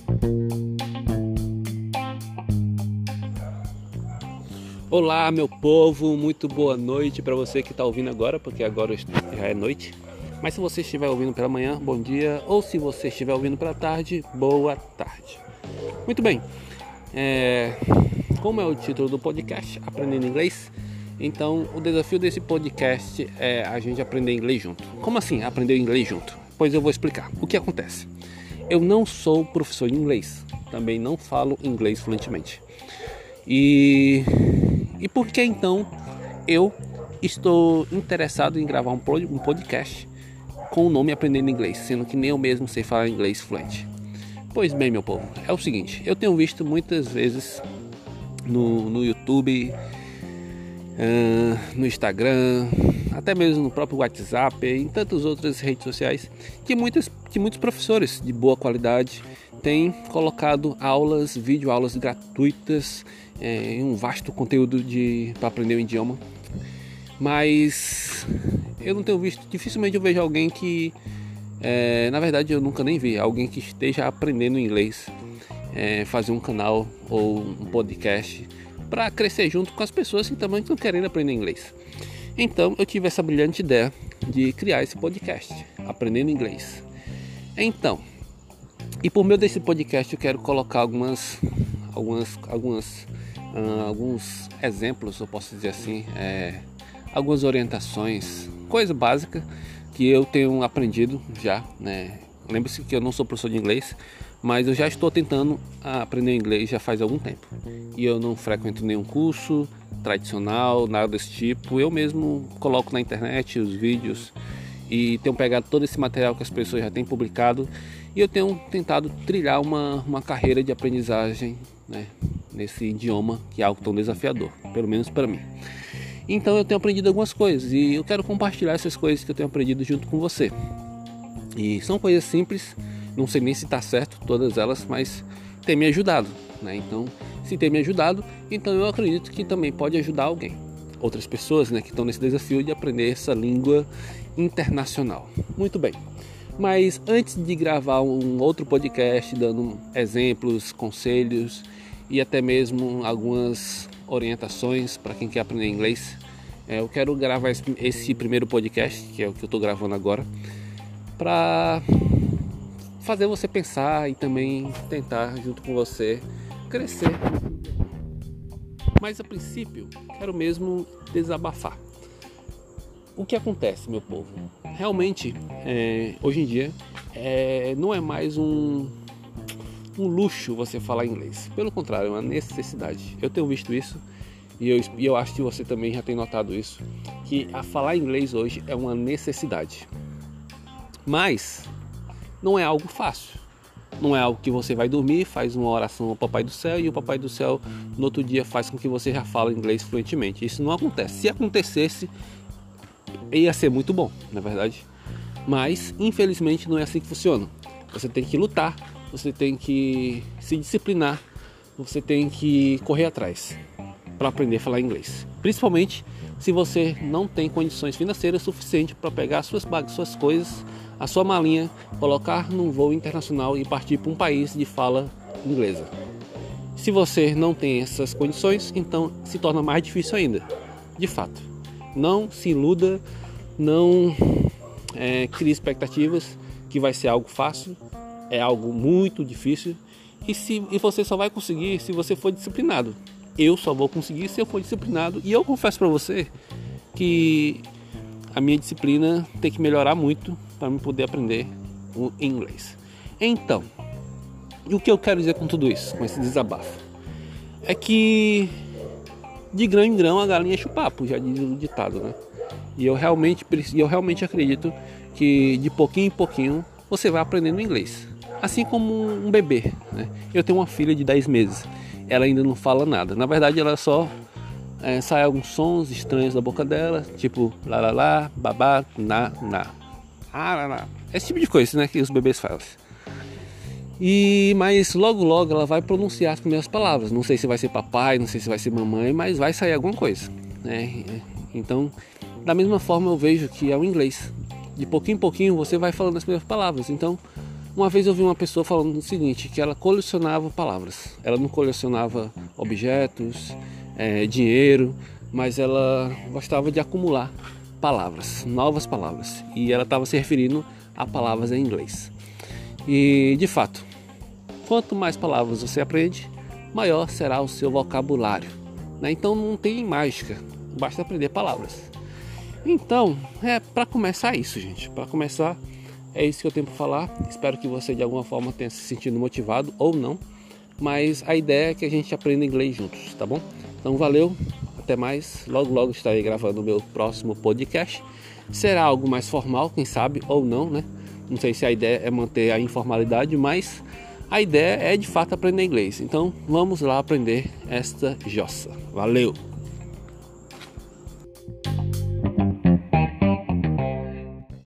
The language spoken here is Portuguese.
Olá, meu povo, muito boa noite para você que está ouvindo agora, porque agora já é noite. Mas se você estiver ouvindo pela manhã, bom dia, ou se você estiver ouvindo pela tarde, boa tarde. Muito bem, como é o título do podcast, Aprendendo Inglês, então o desafio desse podcast é a gente aprender inglês junto. Como assim aprender inglês junto? Pois eu vou explicar. O que acontece? Eu não sou professor de inglês, também não falo inglês fluentemente. E por que então eu estou interessado em gravar um podcast com o nome Aprendendo Inglês, sendo que nem eu mesmo sei falar inglês fluente? Pois bem, meu povo, é o seguinte, eu tenho visto muitas vezes no YouTube, no Instagram, até mesmo no próprio WhatsApp e em tantas outras redes sociais, que muitos professores de boa qualidade têm colocado videoaulas gratuitas, em um vasto conteúdo para aprender o idioma. Mas eu não tenho visto, dificilmente eu vejo alguém que, na verdade eu nunca nem vi, alguém que esteja aprendendo inglês, fazer um canal ou um podcast para crescer junto com as pessoas que também estão querendo aprender inglês. Então eu tive essa brilhante ideia de criar esse podcast, Aprendendo Inglês. Então, e por meio desse podcast eu quero colocar alguns exemplos, eu posso dizer assim, algumas orientações, coisa básica que eu tenho aprendido já, né? Lembre-se que eu não sou professor de inglês, mas eu já estou tentando aprender inglês já faz algum tempo. E eu não frequento nenhum curso tradicional, nada desse tipo. Eu mesmo coloco na internet os vídeos e tenho pegado todo esse material que as pessoas já têm publicado. E eu tenho tentado trilhar uma carreira de aprendizagem, né, nesse idioma, que é algo tão desafiador, pelo menos para mim. Então eu tenho aprendido algumas coisas e eu quero compartilhar essas coisas que eu tenho aprendido junto com você. E são coisas simples, não sei nem se está certo todas elas, mas tem me ajudado, né? Então, se tem me ajudado, então eu acredito que também pode ajudar alguém. Outras pessoas, né, que estão nesse desafio de aprender essa língua internacional. Muito bem. Mas antes de gravar um outro podcast dando exemplos, conselhos e até mesmo algumas orientações para quem quer aprender inglês, eu quero gravar esse primeiro podcast, que é o que eu estou gravando agora, para fazer você pensar e também tentar, junto com você, crescer. Mas a princípio, quero mesmo desabafar. O que acontece, meu povo? Realmente, hoje em dia, não é mais um luxo você falar inglês. Pelo contrário, é uma necessidade. Eu tenho visto isso e eu acho que você também já tem notado isso, que a falar inglês hoje é uma necessidade. Mas não é algo fácil. Não é algo que você vai dormir, faz uma oração ao Papai do Céu e o Papai do Céu no outro dia faz com que você já fale inglês fluentemente. Isso não acontece. Se acontecesse, ia ser muito bom, na verdade. Mas, infelizmente, não é assim que funciona. Você tem que lutar, você tem que se disciplinar, você tem que correr atrás para aprender a falar inglês. Principalmente se você não tem condições financeiras suficientes para pegar suas coisas, a sua malinha, colocar num voo internacional e partir para um país de fala inglesa. Se você não tem essas condições, então se torna mais difícil ainda. De fato, não se iluda, não crie expectativas que vai ser algo fácil, é algo muito difícil e você só vai conseguir se você for disciplinado. Eu só vou conseguir se eu for disciplinado e eu confesso para você que a minha disciplina tem que melhorar muito para eu poder aprender o inglês. Então, o que eu quero dizer com tudo isso, com esse desabafo? É que de grão em grão a galinha enche o papo, já diz o ditado, né? E eu realmente acredito que de pouquinho em pouquinho você vai aprendendo inglês. Assim como um bebê, né? Eu tenho uma filha de 10 meses, ela ainda não fala nada. Na verdade, ela só sai alguns sons estranhos da boca dela, tipo lá lá lá, babá, na, na. Esse tipo de coisa, né, que os bebês fazem. Mas logo ela vai pronunciar as primeiras palavras. Não sei se vai ser papai, não sei se vai ser mamãe, mas vai sair alguma coisa, né? Então, da mesma forma eu vejo que é o inglês. De pouquinho em pouquinho você vai falando as primeiras palavras. Então, Uma vez eu vi uma pessoa falando o seguinte, que ela colecionava palavras. Ela não colecionava objetos, dinheiro, mas ela gostava de acumular palavras, novas palavras. E ela estava se referindo a palavras em inglês. E de fato, quanto mais palavras você aprende, maior será o seu vocabulário, né? Então não tem mágica, basta aprender palavras. Então, para começar isso, gente. Para começar, é isso que eu tenho para falar. Espero que você de alguma forma tenha se sentido motivado ou não. Mas a ideia é que a gente aprenda inglês juntos, tá bom? Então valeu, até mais. Logo, logo estarei gravando o meu próximo podcast. Será algo mais formal, quem sabe, ou não, né? Não sei se a ideia é manter a informalidade, mas a ideia é de fato aprender inglês. Então vamos lá aprender esta jossa. Valeu!